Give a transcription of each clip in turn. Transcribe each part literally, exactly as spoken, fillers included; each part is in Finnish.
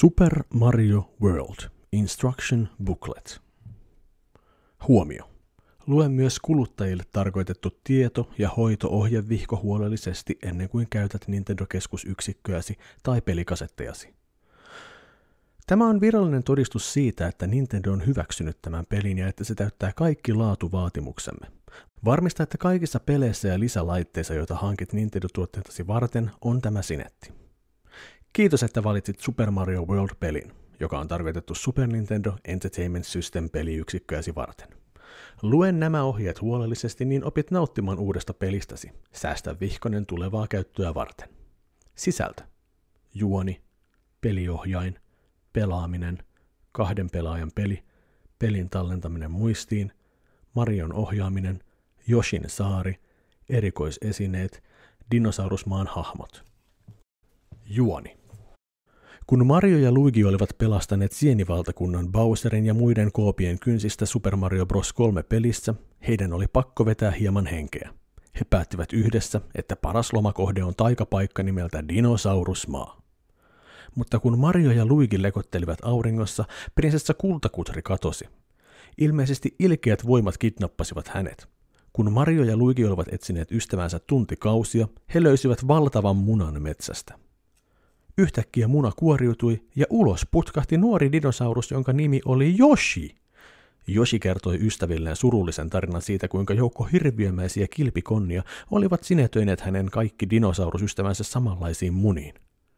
Super Mario World Instruction Booklet. Huomio. Lue myös kuluttajille tarkoitettu tieto- ja hoito-ohjevihko huolellisesti ennen kuin käytät Nintendo-keskusyksikköäsi tai pelikasettejasi. Tämä on virallinen todistus siitä, että Nintendo on hyväksynyt tämän pelin ja että se täyttää kaikki laatuvaatimuksemme. Varmista, että kaikissa peleissä ja lisälaitteissa, joita hankit Nintendo-tuotteitasi varten, on tämä sinetti. Kiitos, että valitsit Super Mario World-pelin, joka on tarkoitettu Super Nintendo Entertainment System-peliyksikköäsi varten. Lue nämä ohjeet huolellisesti, niin opit nauttimaan uudesta pelistäsi. Säästä vihkonen tulevaa käyttöä varten. Sisältö. Juoni. Peliohjain. Pelaaminen. Kahden pelaajan peli. Pelin tallentaminen muistiin. Marion ohjaaminen. Yoshin saari. Erikoisesineet. Dinosaurusmaan hahmot. Juoni. Kun Mario ja Luigi olivat pelastaneet sienivaltakunnan Bowserin ja muiden koopien kynsistä Super Mario Bros. kolme pelissä, heidän oli pakko vetää hieman henkeä. He päättivät yhdessä, että paras lomakohde on taikapaikka nimeltä Dinosaurusmaa. Mutta kun Mario ja Luigi lekottelivat auringossa, prinsessa Kultakutri katosi. Ilmeisesti ilkeät voimat kidnappasivat hänet. Kun Mario ja Luigi olivat etsineet ystävänsä tuntikausia, he löysivät valtavan munan metsästä. Yhtäkkiä muna kuoriutui ja ulos putkahti nuori dinosaurus, jonka nimi oli Yoshi. Yoshi kertoi ystävilleen surullisen tarinan siitä, kuinka joukko hirviömäisiä kilpikonnia olivat sinetöineet hänen kaikki dinosaurusystävänsä samanlaisiin muniin.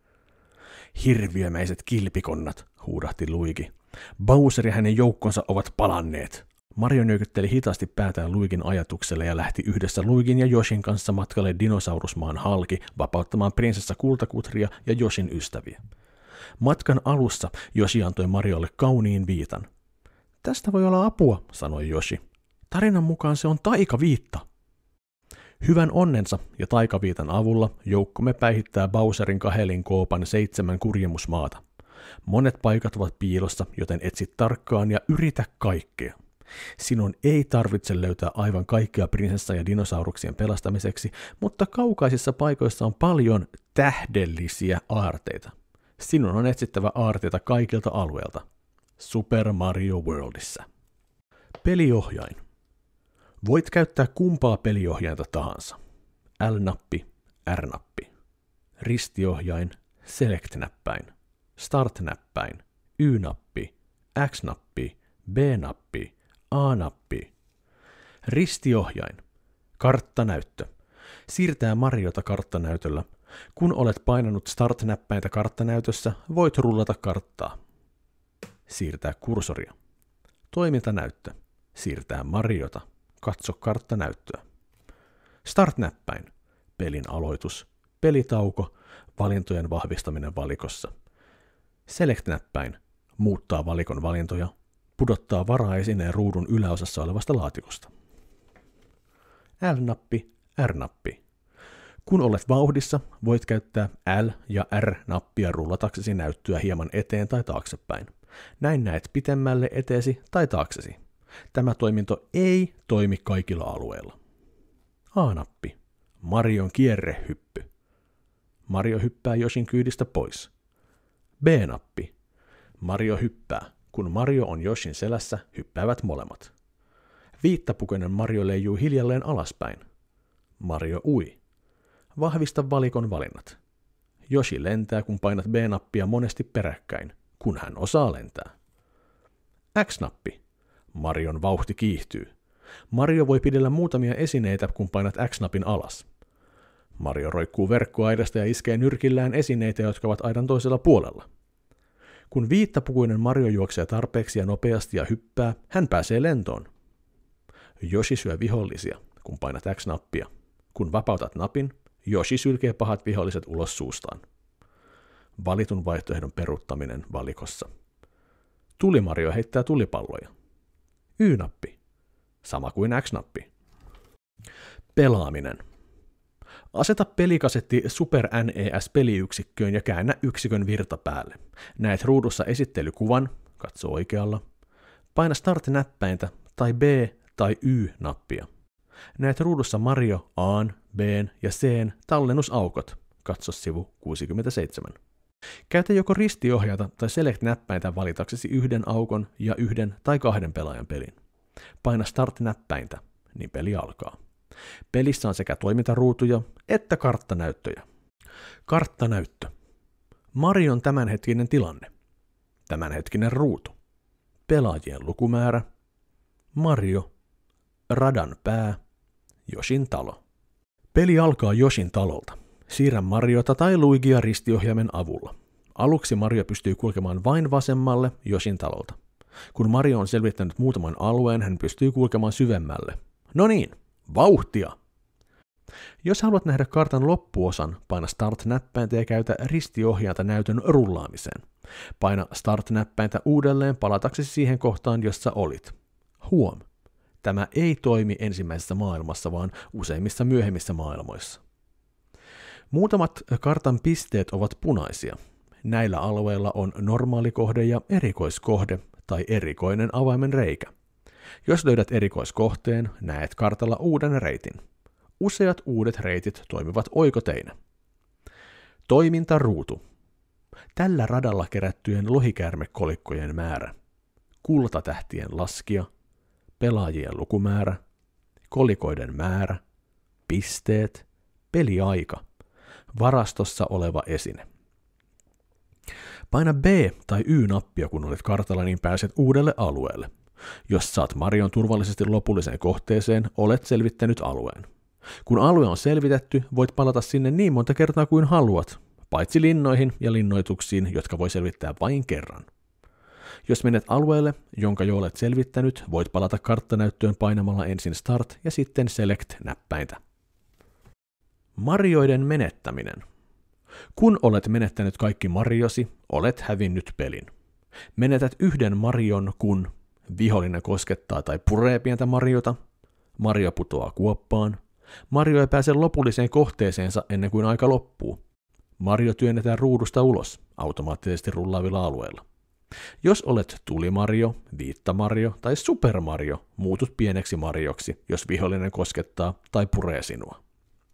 Hirviömäiset kilpikonnat, huudahti Luigi. Bowser ja hänen joukkonsa ovat palanneet. Mario nyökytteli hitaasti päätään Luigin ajatukselle ja lähti yhdessä Luigin ja Yoshin kanssa matkalle Dinosaurusmaan halki vapauttamaan prinsessa Kultakutria ja Yoshin ystäviä. Matkan alussa Yoshi antoi Mariolle kauniin viitan. Tästä voi olla apua, sanoi Yoshi. Tarinan mukaan se on taikaviitta. Hyvän onnensa ja taikaviitan avulla joukkomme päihittää Bowserin kahelin koopan seitsemän kurjemusmaata. Monet paikat ovat piilossa, joten etsi tarkkaan ja yritä kaikkea. Sinun ei tarvitse löytää aivan kaikkea prinsessa- ja dinosauruksien pelastamiseksi, mutta kaukaisissa paikoissa on paljon tähdellisiä aarteita. Sinun on etsittävä aarteita kaikilta alueilta. Super Mario Worldissa. Peliohjain. Voit käyttää kumpaa peliohjainta tahansa. L-nappi, R-nappi. Ristiohjain, Select-näppäin. Start-näppäin, Y-nappi, X-nappi, B-nappi, A-nappi. Ristiohjain. Karttanäyttö. Siirtää Mariota karttanäytöllä. Kun olet painanut Start-näppäintä karttanäytössä, voit rullata karttaa. Siirtää kursoria. Toimintanäyttö. Siirtää Mariota. Katso karttanäyttöä. Start-näppäin. Pelin aloitus. Pelitauko. Valintojen vahvistaminen valikossa. Select-näppäin. Muuttaa valikon valintoja. Pudottaa varaesineen ruudun yläosassa olevasta laatikosta. L-nappi, R-nappi. Kun olet vauhdissa, voit käyttää L- ja R-nappia rullataksesi näyttöä hieman eteen tai taaksepäin. Näin näet pitemmälle eteesi tai taaksesi. Tämä toiminto ei toimi kaikilla alueilla. A-nappi. Marion kierrehyppy. Mario hyppää Yoshin kyydistä pois. B-nappi. Mario hyppää. Kun Mario on Yoshin selässä, hyppäävät molemmat. Viittapukeinen Mario leijuu hiljalleen alaspäin. Mario ui. Vahvista valikon valinnat. Yoshi lentää, kun painat B-nappia monesti peräkkäin, kun hän osaa lentää. X-nappi. Marion vauhti kiihtyy. Mario voi pidellä muutamia esineitä, kun painat X-napin alas. Mario roikkuu verkkoaidasta ja iskee nyrkillään esineitä, jotka ovat aidan toisella puolella. Kun viittapukuinen Mario juoksee tarpeeksi ja nopeasti ja hyppää, hän pääsee lentoon. Yoshi syö vihollisia, kun painat X-nappia. Kun vapautat napin, Yoshi sylkee pahat viholliset ulos suustaan. Valitun vaihtoehdon peruuttaminen valikossa. Tulimario heittää tulipalloja. Y-nappi. Sama kuin X-nappi. Pelaaminen. Aseta pelikasetti Super N E S-peliyksikköön ja käännä yksikön virta päälle. Näet ruudussa esittelykuvan, katso oikealla. Paina Start-näppäintä tai B- tai Y-nappia. Näet ruudussa Mario A:n, B:n ja C:n tallennusaukot, katso sivu kuusikymmentäseitsemän. Käytä joko ristiohjainta tai select-näppäintä valitaksesi yhden aukon ja yhden tai kahden pelaajan pelin. Paina start-näppäintä, niin peli alkaa. Pelissä on sekä toimintaruutuja että karttanäyttöjä. Karttanäyttö. Marion tämänhetkinen tilanne. Tämänhetkinen ruutu. Pelaajien lukumäärä. Mario. Radan pää. Yoshin talo. Peli alkaa Yoshin talolta. Siirrä Mariota tai Luigia ristiohjaimen avulla. Aluksi Mario pystyy kulkemaan vain vasemmalle Yoshin talolta. Kun Mario on selvittänyt muutaman alueen, hän pystyy kulkemaan syvemmälle. No niin, vauhtia! Jos haluat nähdä kartan loppuosan, paina Start-näppäintä ja käytä ristiohjainta näytön rullaamiseen. Paina Start-näppäintä uudelleen palataksesi siihen kohtaan, jossa olit. Huom! Tämä ei toimi ensimmäisessä maailmassa, vaan useimmissa myöhemmissä maailmoissa. Muutamat kartan pisteet ovat punaisia. Näillä alueilla on normaali kohde ja erikoiskohde tai erikoinen avaimen reikä. Jos löydät erikoiskohteen, näet kartalla uuden reitin. Useat uudet reitit toimivat oikoteinä. Toimintaruutu. Tällä radalla kerättyjen lohikäärmekolikkojen määrä. Kultatähtien laskija. Pelaajien lukumäärä. Kolikoiden määrä. Pisteet. Peliaika. Varastossa oleva esine. Paina B tai Y-nappia, kun olet kartalla, niin pääset uudelle alueelle. Jos saat Marion turvallisesti lopulliseen kohteeseen, olet selvittänyt alueen. Kun alue on selvitetty, voit palata sinne niin monta kertaa kuin haluat, paitsi linnoihin ja linnoituksiin, jotka voi selvittää vain kerran. Jos menet alueelle, jonka jo olet selvittänyt, voit palata karttanäyttöön painamalla ensin Start ja sitten Select-näppäintä. Marioiden menettäminen. Kun olet menettänyt kaikki Mariosi, olet hävinnyt pelin. Menetät yhden Marion, kun vihollinen koskettaa tai puree pientä Mariota, Mario putoaa kuoppaan, Mario ei pääse lopulliseen kohteeseensa ennen kuin aika loppuu, Mario työnnetään ruudusta ulos automaattisesti rullaavilla alueilla. Jos olet Tuli Mario, Viitta Mario tai Super Mario, muutut pieneksi Marioksi, jos vihollinen koskettaa tai puree sinua.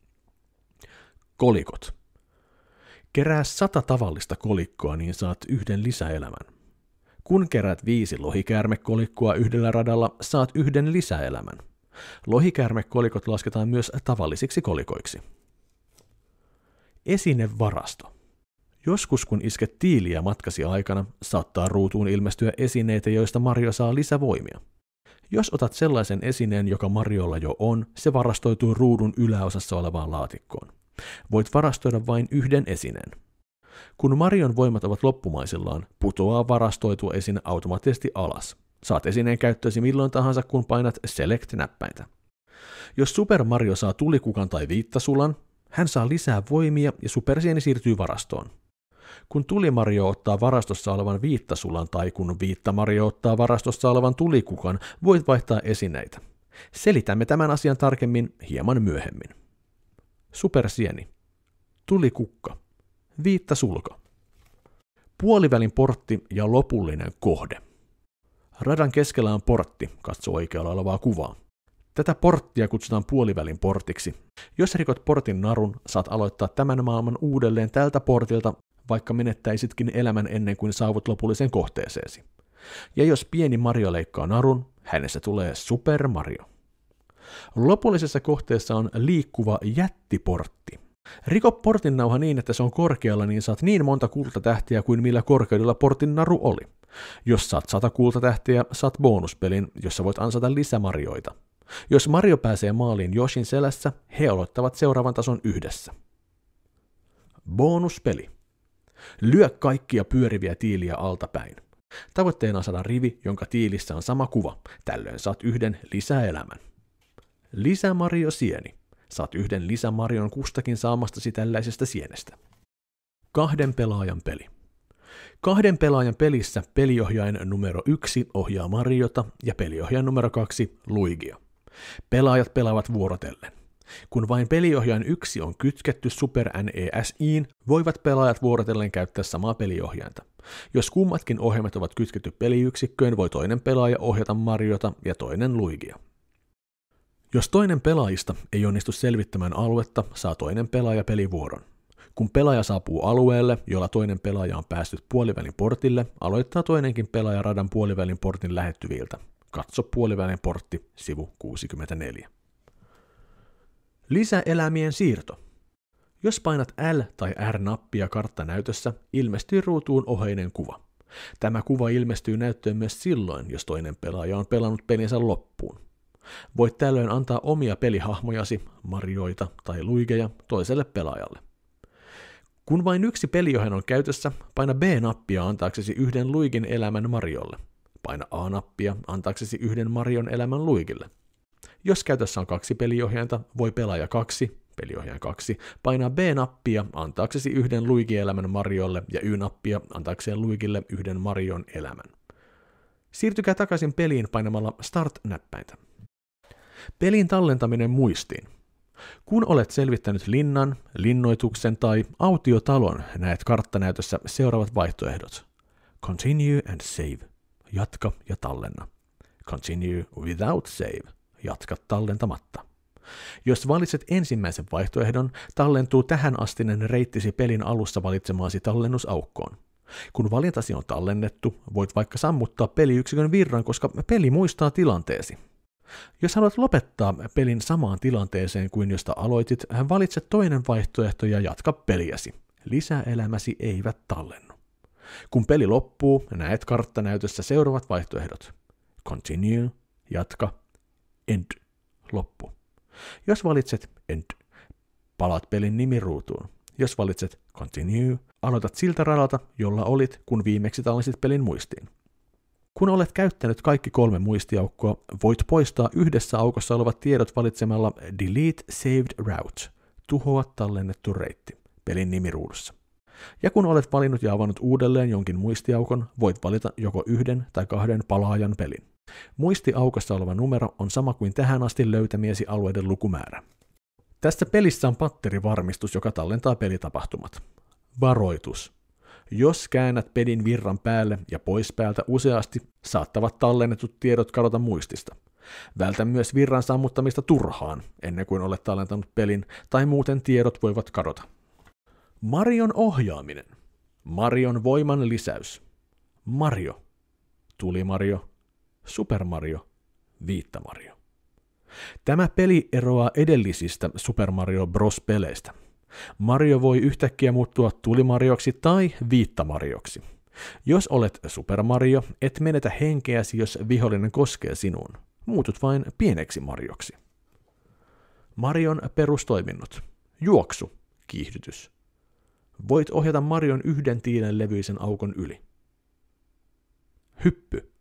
Kolikot. Kerää sata tavallista kolikkoa, niin saat yhden lisäelämän. Kun kerät viisi lohikäärmekolikkoa yhdellä radalla, saat yhden lisäelämän. Lohikäärmekolikot lasketaan myös tavallisiksi kolikoiksi. Esinevarasto. Joskus kun isket tiiliä matkasi aikana, saattaa ruutuun ilmestyä esineitä, joista Mario saa lisävoimia. Jos otat sellaisen esineen, joka Mariolla jo on, se varastoituu ruudun yläosassa olevaan laatikkoon. Voit varastoida vain yhden esineen. Kun Marion voimat ovat loppumaisillaan, putoaa varastoitu esine automaattisesti alas. Saat esineen käyttöösi milloin tahansa, kun painat Select-näppäintä. Jos Super Mario saa tulikukan tai viittasulan, hän saa lisää voimia ja supersieni siirtyy varastoon. Kun Tuli Mario ottaa varastossa olevan viittasulan tai kun Viitta Mario ottaa varastossa olevan tulikukan, voit vaihtaa esineitä. Selitämme tämän asian tarkemmin hieman myöhemmin. Supersieni. Tulikukka. Viittasulka. Puolivälin portti ja lopullinen kohde. Radan keskellä on portti, katso oikealla olevaa kuvaa. Tätä porttia kutsutaan puolivälin portiksi. Jos rikot portin narun, saat aloittaa tämän maailman uudelleen tältä portilta, vaikka menettäisitkin elämän ennen kuin saavut lopulliseen kohteeseesi. Ja jos pieni Mario leikkaa narun, hänessä tulee Super Mario. Lopullisessa kohteessa on liikkuva jättiportti. Riko portin nauha niin, että se on korkealla, niin saat niin monta kultatähtiä kuin millä korkeudella portin naru oli. Jos saat sata kultatähtiä, saat bonuspelin, jossa voit ansata lisämarioita. Jos Mario pääsee maaliin Yoshin selässä, he aloittavat seuraavan tason yhdessä. Bonuspeli. Lyö kaikkia pyöriviä tiiliä altapäin. Tavoitteena on saada rivi, jonka tiilissä on sama kuva. Tällöin saat yhden lisäelämän. Lisämario-sieni. Saat yhden lisämarion kustakin saamastasi tällaisesta sienestä. Kahden pelaajan peli. Kahden pelaajan pelissä peliohjain numero yksi ohjaa Mariota ja peliohjain numero kaksi Luigia. Pelaajat pelaavat vuorotellen. Kun vain peliohjain yksi on kytketty Super N E S-iin, voivat pelaajat vuorotellen käyttää samaa peliohjainta. Jos kummatkin ohjelmat ovat kytketty peliyksikköön, voi toinen pelaaja ohjata Mariota ja toinen Luigia. Jos toinen pelaajista ei onnistu selvittämään aluetta, saa toinen pelaaja pelivuoron. Kun pelaaja saapuu alueelle, jolla toinen pelaaja on päässyt puolivälin portille, aloittaa toinenkin pelaaja radan puolivälin portin lähettyviltä. Katso puolivälin portti, sivu kuusikymmentäneljä. Lisäelämien siirto. Jos painat L- tai R-nappia karttanäytössä, ilmestyy ruutuun oheinen kuva. Tämä kuva ilmestyy näyttöön myös silloin, jos toinen pelaaja on pelannut pelinsä loppuun. Voit tällöin antaa omia pelihahmojasi, marjoita tai luigeja toiselle pelaajalle. Kun vain yksi peliohjelma on käytössä, paina B-nappia antaaksesi yhden luigin elämän marjolle. Paina A-nappia antaaksesi yhden marjon elämän luigille. Jos käytössä on kaksi peliohjainta, voi pelaaja kaksi, peliohjaaja kaksi, painaa B-nappia antaaksesi yhden luigielämän marjolle ja Y-nappia antaakseen luigille yhden marjon elämän. Siirtykää takaisin peliin painamalla Start-näppäintä. Pelin tallentaminen muistiin. Kun olet selvittänyt linnan, linnoituksen tai autiotalon, näet karttanäytössä seuraavat vaihtoehdot. Continue and save. Jatka ja tallenna. Continue without save. Jatka tallentamatta. Jos valitset ensimmäisen vaihtoehdon, tallentuu tähänastinen reittisi pelin alussa valitsemaasi tallennusaukkoon. Kun valintasi on tallennettu, voit vaikka sammuttaa peliyksikön virran, koska peli muistaa tilanteesi. Jos haluat lopettaa pelin samaan tilanteeseen kuin josta aloitit, valitse toinen vaihtoehto ja jatka peliäsi. Lisäelämäsi eivät tallennu. Kun peli loppuu, näet karttanäytössä seuraavat vaihtoehdot. Continue, jatka, end, loppu. Jos valitset end, palaat pelin nimiruutuun. Jos valitset continue, aloitat siltä radalta, jolla olit, kun viimeksi tallensit pelin muistiin. Kun olet käyttänyt kaikki kolme muistiaukkoa, voit poistaa yhdessä aukossa olevat tiedot valitsemalla Delete Saved Route, tuhoa tallennettu reitti, pelin nimiruudussa. Ja kun olet valinnut ja avannut uudelleen jonkin muistiaukon, voit valita joko yhden tai kahden palaajan pelin. Muistiaukossa oleva numero on sama kuin tähän asti löytämiesi alueiden lukumäärä. Tässä pelissä on patterivarmistus, joka tallentaa pelitapahtumat. Varoitus. Jos käännät pelin virran päälle ja pois päältä useasti, saattavat tallennetut tiedot kadota muistista. Vältä myös virran sammuttamista turhaan, ennen kuin olet tallentanut pelin, tai muuten tiedot voivat kadota. Marion ohjaaminen. Marion voiman lisäys. Mario. Tulimario. Super Mario. Viitta Mario. Tämä peli eroaa edellisistä Super Mario Bros-peleistä. Mario voi yhtäkkiä muuttua Tulimarioksi tai Viitta-Marioksi. Jos olet Super Mario, et menetä henkeäsi, jos vihollinen koskee sinuun. Muutut vain pieneksi Marioksi. Marion perustoiminnot. Juoksu, kiihdytys. Voit ohjata Marion yhden tiilen levyisen aukon yli. Hyppy.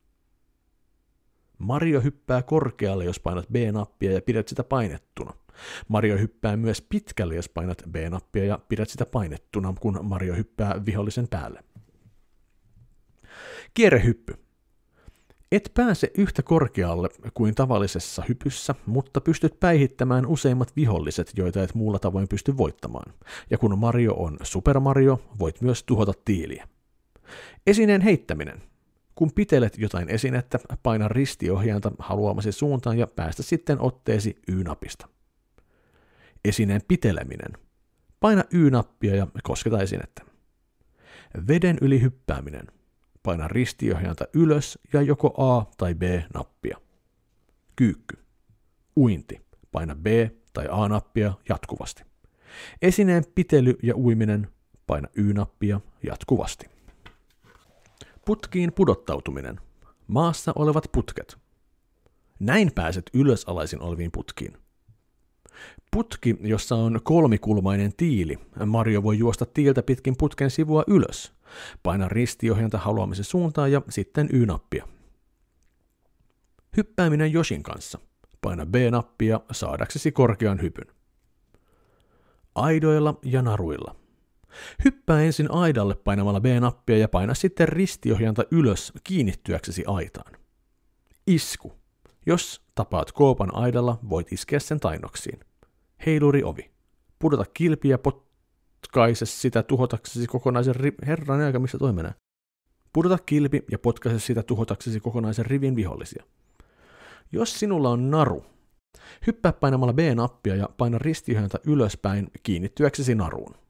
Mario hyppää korkealle, jos painat B-nappia ja pidät sitä painettuna. Mario hyppää myös pitkälle, jos painat B-nappia ja pidät sitä painettuna, kun Mario hyppää vihollisen päälle. Kierrehyppy. Et pääse yhtä korkealle kuin tavallisessa hypyssä, mutta pystyt päihittämään useimmat viholliset, joita et muulla tavoin pysty voittamaan. Ja kun Mario on Super Mario, voit myös tuhota tiiliä. Esineen heittäminen. Kun pitelet jotain esinettä, paina ristiohjainta haluamasi suuntaan ja päästä sitten otteesi Y-napista. Esineen piteleminen. Paina Y-nappia ja kosketa esinettä. Veden yli hyppääminen. Paina ristiohjainta ylös ja joko A- tai B-nappia. Kyykky. Uinti. Paina B- tai A-nappia jatkuvasti. Esineen pitely ja uiminen. Paina Y-nappia jatkuvasti. Putkiin pudottautuminen. Maassa olevat putket. Näin pääset ylösalaisin oleviin putkiin. Putki, jossa on kolmikulmainen tiili. Mario voi juosta tiiltä pitkin putken sivua ylös. Paina ristiohjainta haluamisen suuntaan ja sitten Y-nappia. Hyppääminen Yoshin kanssa. Paina B-nappia saadaksesi korkean hypyn. Aidoilla ja naruilla. Hyppää ensin aidalle painamalla B-nappia ja paina sitten ristiohjainta ylös kiinnittyäksesi aitaan. Isku. Jos tapaat koopan aidalla, voit iskeä sen tainnoksiin. Heiluri ovi. Pudota kilpi ja potkaise sitä tuhotaksesi kokonaisen ri- Herran aika, missä toi menee? Pudota kilpi ja potkaise sitä tuhotaksesi kokonaisen rivin vihollisia. Jos sinulla on naru, hyppää painamalla B-nappia ja paina ristiohjainta ylöspäin kiinnittyäksesi naruun.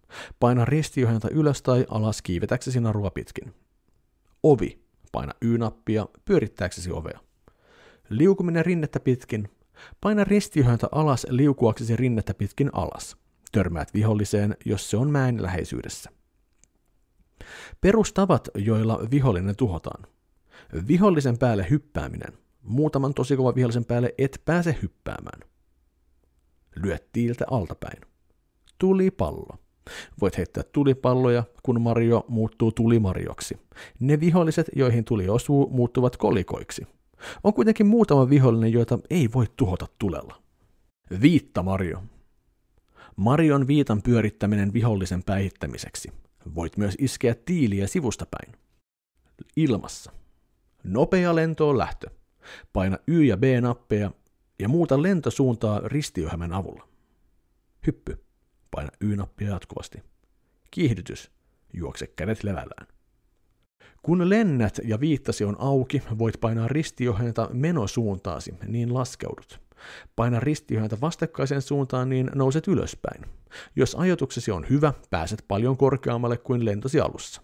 Paina ristiohjainta ylös tai alas kiivetäksesi narua pitkin. Ovi. Paina Y-nappia pyörittääksesi ovea. Liukuminen rinnettä pitkin. Paina ristiohjainta alas liukuaksesi rinnettä pitkin alas. Törmäät viholliseen, jos se on mäen läheisyydessä. Perustavat, joilla vihollinen tuhotaan. Vihollisen päälle hyppääminen. Muutaman tosi kova vihollisen päälle et pääse hyppäämään. Lyö tiiltä altapäin. Tulipallo. Voit heittää tulipalloja, kun Mario muuttuu tulimarioksi. Ne viholliset, joihin tuli osuu, muuttuvat kolikoiksi. On kuitenkin muutama vihollinen, joita ei voi tuhota tulella. Viitta Mario. Marion viitan pyörittäminen vihollisen päihittämiseksi. Voit myös iskeä tiiliä sivusta päin. Ilmassa. Nopea lentoon lähtö. Paina Y- ja B-nappeja ja muuta lentosuuntaa ristiohjelman avulla. Hyppy. Paina Y-nappia jatkuvasti. Kiihdytys. Juokse kädet levällään. Kun lennät ja viittasi on auki, voit painaa ristiohjainta menosuuntaasi, niin laskeudut. Paina ristiohjainta vastakkaiseen suuntaan, niin nouset ylöspäin. Jos ajoituksesi on hyvä, pääset paljon korkeammalle kuin lentosi alussa.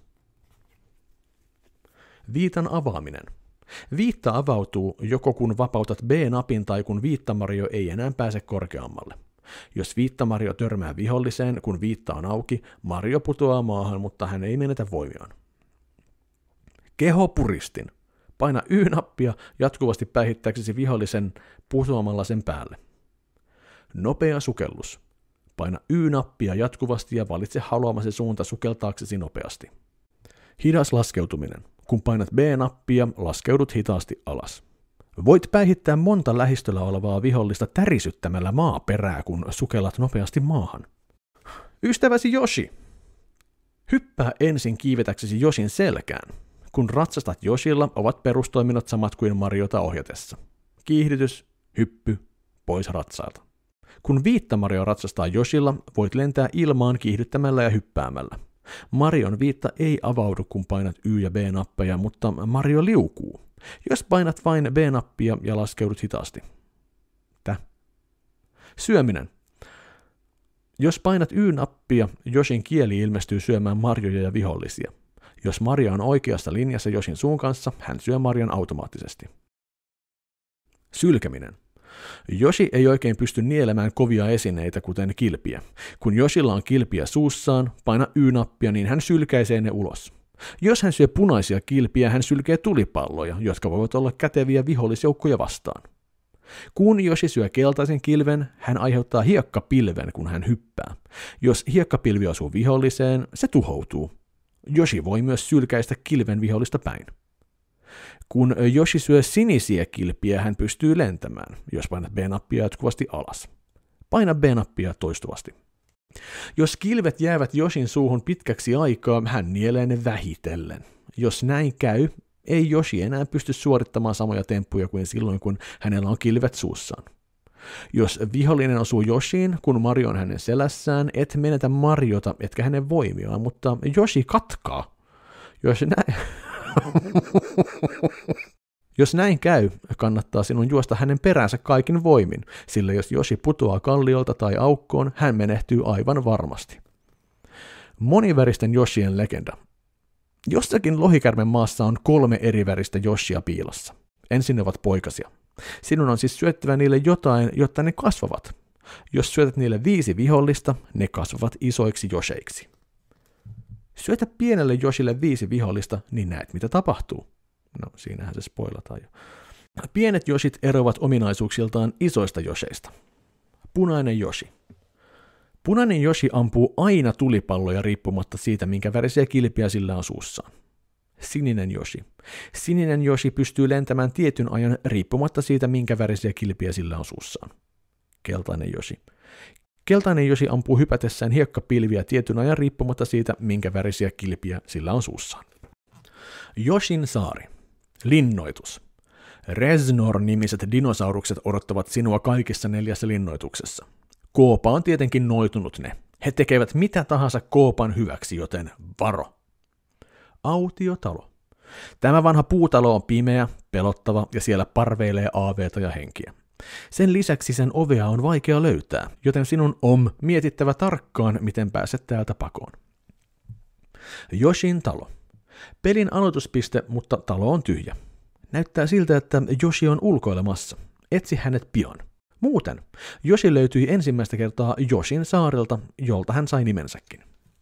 Viitan avaaminen. Viitta avautuu joko kun vapautat B-napin tai kun viittamario ei enää pääse korkeammalle. Jos viittamario törmää viholliseen, kun viitta on auki, Mario putoaa maahan, mutta hän ei menetä voimiaan. Kehopuristin. Paina Y-nappia jatkuvasti päihittääksesi vihollisen putoamalla sen päälle. Nopea sukellus. Paina Y-nappia jatkuvasti ja valitse haluamasi suunta sukeltaaksesi nopeasti. Hidas laskeutuminen. Kun painat B-nappia, laskeudut hitaasti alas. Voit päihittää monta lähistöllä olevaa vihollista tärisyttämällä maaperää, kun sukellat nopeasti maahan. Ystäväsi Yoshi. Hyppää ensin kiivetäksesi Yoshin selkään. Kun ratsastat Yoshilla, ovat perustoiminnot samat kuin Mariota ohjatessa. Kiihdytys, hyppy, pois ratsailta. Kun viitta Mario ratsastaa Yoshilla, voit lentää ilmaan kiihdyttämällä ja hyppäämällä. Marion viitta ei avaudu, kun painat Y- ja B-nappeja, mutta Mario liukuu. Jos painat vain B-nappia ja laskeudut hitaasti. Tä. Syöminen. Jos painat Y-nappia, Yoshin kieli ilmestyy syömään marjoja ja vihollisia. Jos Mario on oikeassa linjassa Yoshin suun kanssa, hän syö Marion automaattisesti. Sylkeminen. Yoshi ei oikein pysty nielemään kovia esineitä, kuten kilpiä. Kun Yoshilla on kilpiä suussaan, paina Y-nappia, niin hän sylkäisee ne ulos. Jos hän syö punaisia kilpiä, hän sylkee tulipalloja, jotka voivat olla käteviä vihollisjoukkoja vastaan. Kun Yoshi syö keltaisen kilven, hän aiheuttaa hiekkapilven, kun hän hyppää. Jos hiekkapilvi osuu viholliseen, se tuhoutuu. Yoshi voi myös sylkäistä kilven vihollista päin. Kun Yoshi syö sinisiä kilpiä, hän pystyy lentämään, jos painat B-nappia jatkuvasti alas. Paina B-nappia toistuvasti. Jos kilvet jäävät Yoshin suuhun pitkäksi aikaa, hän nielee ne vähitellen. Jos näin käy, ei Yoshi enää pysty suorittamaan samoja temppuja kuin silloin, kun hänellä on kilvet suussaan. Jos vihollinen osuu Yoshiin, kun Mario on hänen selässään, et menetä Mariota, etkä hänen voimiaan, mutta Yoshi katkaa. Jos näin... Jos näin käy, kannattaa sinun juosta hänen peränsä kaikin voimin, sillä jos Yoshi putoaa kalliolta tai aukkoon, hän menehtyy aivan varmasti. Moniväristen Yoshien legenda. Jossakin lohikärmen maassa on kolme eriväristä Yoshia piilossa. Ensin ne ovat poikasia. Sinun on siis syöttävä niille jotain, jotta ne kasvavat. Jos syötät niille viisi vihollista, ne kasvavat isoiksi Yosheiksi. Syötä pienelle Yoshille viisi vihollista, niin näet mitä tapahtuu. No, siinähän se spoilataan jo. Pienet Yoshit eroavat ominaisuuksiltaan isoista Yosheista. Punainen Yoshi. Punainen Yoshi ampuu aina tulipalloja riippumatta siitä, minkä värisiä kilpiä sillä on suussaan. Sininen Yoshi. Sininen Yoshi pystyy lentämään tietyn ajan riippumatta siitä, minkä värisiä kilpiä sillä on suussaan. Keltainen Yoshi. Keltainen Yoshi ampuu hypätessään hiekkapilviä tietyn ajan riippumatta siitä, minkä värisiä kilpiä sillä on suussaan. Yoshin saari. Linnoitus. Reznor-nimiset dinosaurukset odottavat sinua kaikissa neljässä linnoituksessa. Koopa on tietenkin noitunut ne. He tekevät mitä tahansa Koopan hyväksi, joten varo. Autiotalo. Tämä vanha puutalo on pimeä, pelottava ja siellä parveilee aaveita ja henkiä. Sen lisäksi sen ovea on vaikea löytää, joten sinun on mietittävä tarkkaan, miten pääset täältä pakoon. Yoshin talo. Pelin aloituspiste, mutta talo on tyhjä. Näyttää siltä, että Yoshi on ulkoilemassa. Etsi hänet pian. Muuten, Yoshi löytyi ensimmäistä kertaa Yoshin saarelta, jolta hän sai nimensäkin.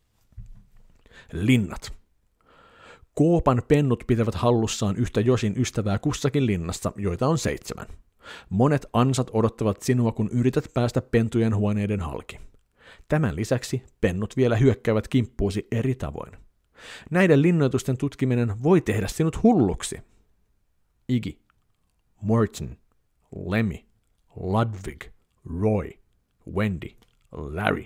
Linnat. Koopan pennut pitävät hallussaan yhtä Yoshin ystävää kussakin linnassa, joita on seitsemän. Monet ansat odottavat sinua, kun yrität päästä pentujen huoneiden halki. Tämän lisäksi pennut vielä hyökkäävät kimppuusi eri tavoin. Näiden linnoitusten tutkiminen voi tehdä sinut hulluksi. Iggy, Morton, Lemmy, Ludwig, Roy, Wendy, Larry.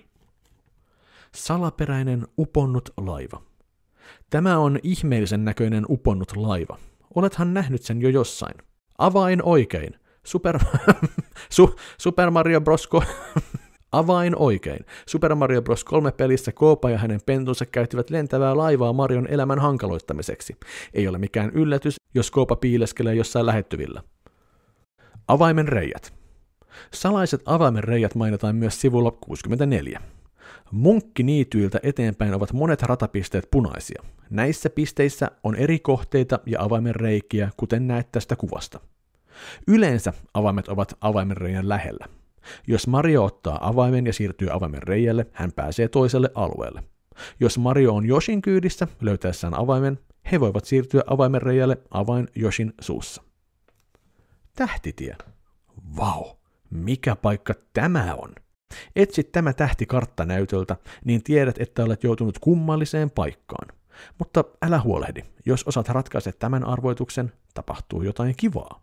Salaperäinen uponnut laiva. Tämä on ihmeellisen näköinen uponnut laiva. Olethan nähnyt sen jo jossain. Avain oikein. Super, Su, Super Mario Bros. Avain oikein. Super Mario Bros. kolme pelissä Koopa ja hänen pentunsa käyttivät lentävää laivaa Marion elämän hankaloittamiseksi. Ei ole mikään yllätys, jos Koopa piileskelee jossain lähettyvillä. Avaimen reijät. Salaiset avaimen reijät mainitaan myös sivulla kuusikymmentäneljä. Munkkiniityiltä eteenpäin ovat monet ratapisteet punaisia. Näissä pisteissä on eri kohteita ja avaimen reikiä, kuten näet tästä kuvasta. Yleensä avaimet ovat avaimen reiän lähellä. Jos Mario ottaa avaimen ja siirtyy avaimen reijälle, hän pääsee toiselle alueelle. Jos Mario on Yoshin kyydissä löytäessään avaimen, he voivat siirtyä avaimen reijälle avain Yoshin suussa. Tähtitie. Vau, mikä paikka tämä on? Etsit tämä tähti karttanäytöltä, niin tiedät, että olet joutunut kummalliseen paikkaan. Mutta älä huolehdi, jos osaat ratkaista tämän arvoituksen, tapahtuu jotain kivaa.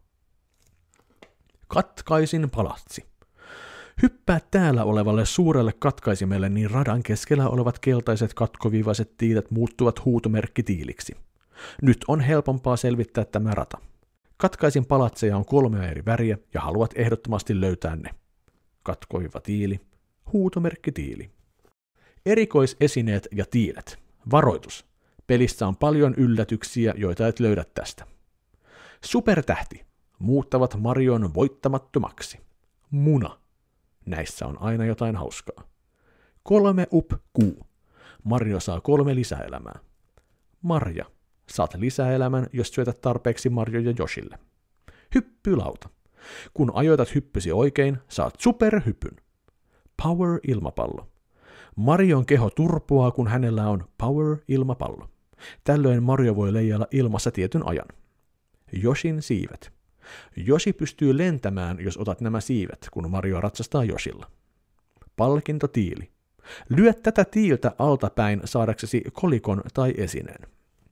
Katkaisin palatsi. Hyppää täällä olevalle suurelle katkaisimelle, niin radan keskellä olevat keltaiset katkoviivaiset tiilet muuttuvat huutomerkkitiiliksi. Nyt on helpompaa selvittää tämä rata. Katkaisin palatseja on kolmea eri väriä ja haluat ehdottomasti löytää ne. Katkoviiva tiili, huutomerkkitiili. Erikoisesineet ja tiilet. Varoitus. Pelissä on paljon yllätyksiä, joita et löydä tästä. Supertähti. Muuttavat Marion voittamattomaksi. Muna. Näissä on aina jotain hauskaa. Kolme up kuu. Mario saa kolme lisäelämää. Marja. Saat lisäelämän, jos syötät tarpeeksi Mario ja Yoshille. Hyppylauta. Kun ajoitat hyppysi oikein, saat superhypyn. Power-ilmapallo. Marion keho turpoaa, kun hänellä on power-ilmapallo. Tällöin Mario voi leijailla ilmassa tietyn ajan. Yoshin siivet. Yoshi pystyy lentämään, jos otat nämä siivet, kun Mario ratsastaa Yoshilla. Palkintotiili. Lyö tätä tiiltä altapäin saadaksesi kolikon tai esineen.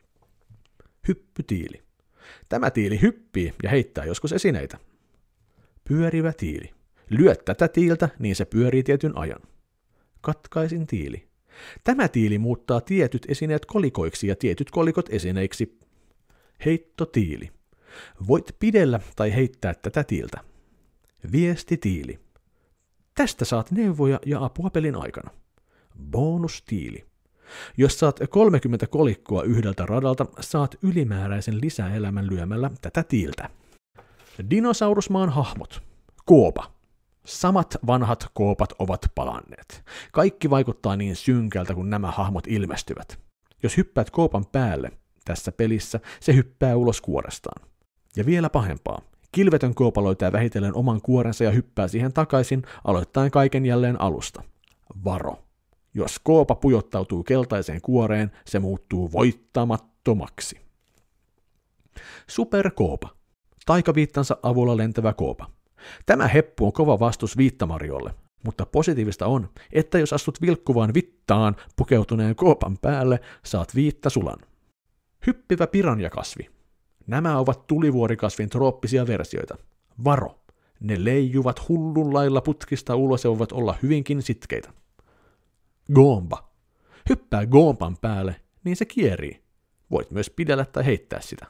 Hyppytiili. Tämä tiili hyppii ja heittää joskus esineitä. Pyörivä tiili. Lyö tätä tiiltä, niin se pyörii tietyn ajan. Katkaisin tiili. Tämä tiili muuttaa tietyt esineet kolikoiksi ja tietyt kolikot esineiksi. Heittotiili. Voit pidellä tai heittää tätä tiiltä. Viestitiili. Tästä saat neuvoja ja apua pelin aikana. Bonustiili. Jos saat kolmekymmentä kolikkoa yhdeltä radalta, saat ylimääräisen lisäelämän lyömällä tätä tiiltä. Dinosaurusmaan hahmot. Koopa. Samat vanhat koopat ovat palanneet. Kaikki vaikuttaa niin synkältä, kun nämä hahmot ilmestyvät. Jos hyppäät koopan päälle tässä pelissä, se hyppää ulos kuorestaan. Ja vielä pahempaa. Kilvetön koopa löytää vähitellen oman kuorensa ja hyppää siihen takaisin, aloittaen kaiken jälleen alusta. Varo. Jos koopa pujottautuu keltaiseen kuoreen, se muuttuu voittamattomaksi. Superkoopa. Taikaviittansa avulla lentävä koopa. Tämä heppu on kova vastus Viittamariolle, mutta positiivista on, että jos astut vilkkuvaan vittaan pukeutuneen koopan päälle, saat viittasulan. Hyppivä piranjakasvi. Nämä ovat tulivuorikasvin trooppisia versioita. Varo. Ne leijuvat hullun lailla putkista ulos ja voivat olla hyvinkin sitkeitä. Goomba. Hyppää Goomban päälle, niin se kierii. Voit myös pidellä tai heittää sitä.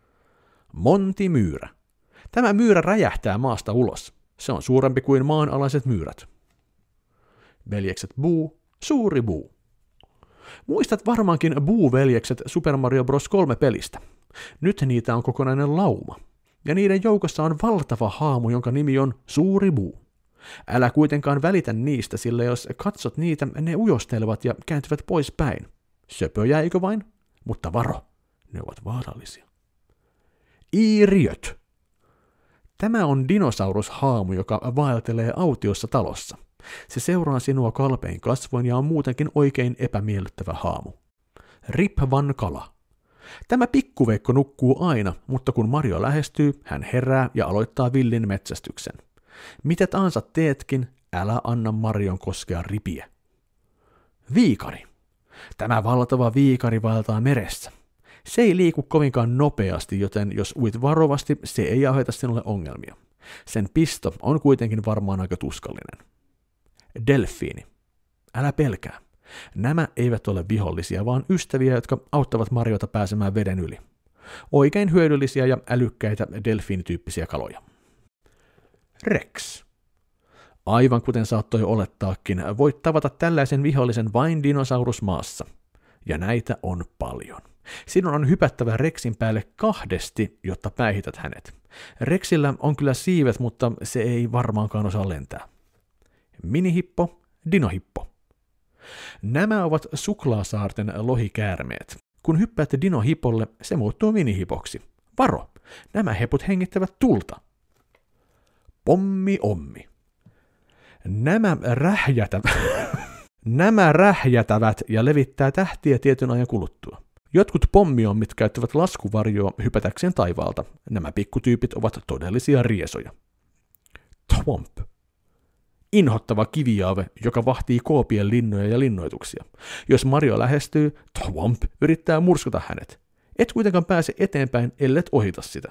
Montimyyrä. Tämä myyrä räjähtää maasta ulos. Se on suurempi kuin maanalaiset myyrät. Veljekset Boo, suuri Boo. Muistat varmaankin Boo-veljekset Super Mario Bros. kolme pelistä. Nyt niitä on kokonainen lauma. ja niiden joukossa on valtava haamu, jonka nimi on Suuri Buu. Älä kuitenkaan välitä niistä, sillä jos katsot niitä, ne ujostelevat ja kääntyvät pois päin. Söpöjä, eikö vain? Mutta varo, ne ovat vaarallisia. Iiriöt. Tämä on dinosaurushaamu, joka vaeltelee autiossa talossa. Se seuraa sinua kalpein kasvoin ja on muutenkin oikein epämiellyttävä haamu. Rip Van Kala. Tämä pikkuveikko nukkuu aina, mutta kun Mario lähestyy, hän herää ja aloittaa villin metsästyksen. Mitä tahansa teetkin, älä anna Marion koskea Ripiä. Viikari. Tämä valtava viikari vaeltaa meressä. Se ei liiku kovinkaan nopeasti, joten jos uit varovasti, se ei aiheuta sinulle ongelmia. Sen pisto on kuitenkin varmaan aika tuskallinen. Delfiini. Älä pelkää. Nämä eivät ole vihollisia, vaan ystäviä, jotka auttavat Mariota pääsemään veden yli. Oikein hyödyllisiä ja älykkäitä delfiinityyppisiä kaloja. Rex. Aivan kuten saattoi olettaakin, voit tavata tällaisen vihollisen vain dinosaurusmaassa. Ja näitä on paljon. Sinun on hypättävä Rexin päälle kahdesti, jotta päihität hänet. Rexillä on kyllä siivet, mutta se ei varmaankaan osaa lentää. Minihippo, dinohippo. Nämä ovat suklaasaarten lohikäärmeet. Kun hyppäät dinohipolle, se muuttuu minihipoksi. Varo, nämä heput hengittävät tulta. Pommi-ommi. Nämä rähjätävät, Nämä rähjätävät ja levittää tähtiä tietyn ajan kuluttua. Jotkut pommiommit käyttävät laskuvarjoa hypätäkseen taivaalta. Nämä pikkutyypit ovat todellisia riesoja. Thwomp. Inhottava kiviaave, joka vahtii koopien linnoja ja linnoituksia. Jos Mario lähestyy, Thwomp yrittää murskata hänet. Et kuitenkaan pääse eteenpäin, ellet ohita sitä.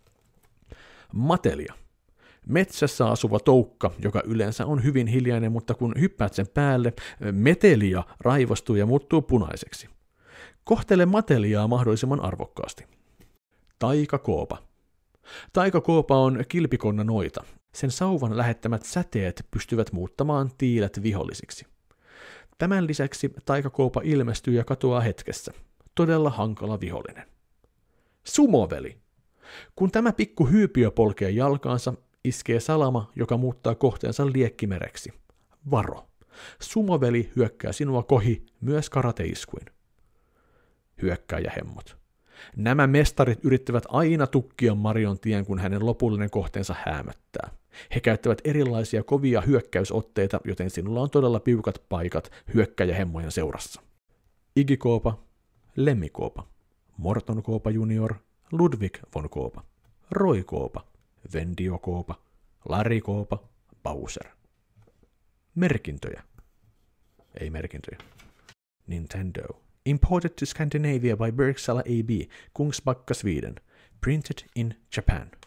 Matelia. Metsässä asuva toukka, joka yleensä on hyvin hiljainen, mutta kun hyppäät sen päälle, Metelia raivostuu ja muuttuu punaiseksi. Kohtele Mateliaa mahdollisimman arvokkaasti. Taikakoopa. Taikakoopa on kilpikonna noita. Sen sauvan lähettämät säteet pystyvät muuttamaan tiilet vihollisiksi. Tämän lisäksi taikakoopa ilmestyy ja katoaa hetkessä. Todella hankala vihollinen. Sumoveli. Kun tämä pikku hyypiö polkee jalkaansa, iskee salama, joka muuttaa kohteensa liekkimereksi. Varo. Sumoveli hyökkää sinua kohi myös karateiskuin. Hyökkääjähemmot. Nämä mestarit yrittävät aina tukkia Marion tien, kun hänen lopullinen kohteensa häämöttää. He käyttävät erilaisia kovia hyökkäysotteita, joten sinulla on todella piukat paikat hyökkäjähemmojen seurassa. Igikoopa, Lemmikoopa, Morton Koopa junior, Ludwig von Koopa, Roy Koopa, Vendio Koopa, Larry Koopa, Bowser. Merkintöjä. Ei merkintöjä. Nintendo. Imported to Scandinavia by Bergsala A B, Kungsbacka, Sweden. Printed in Japan.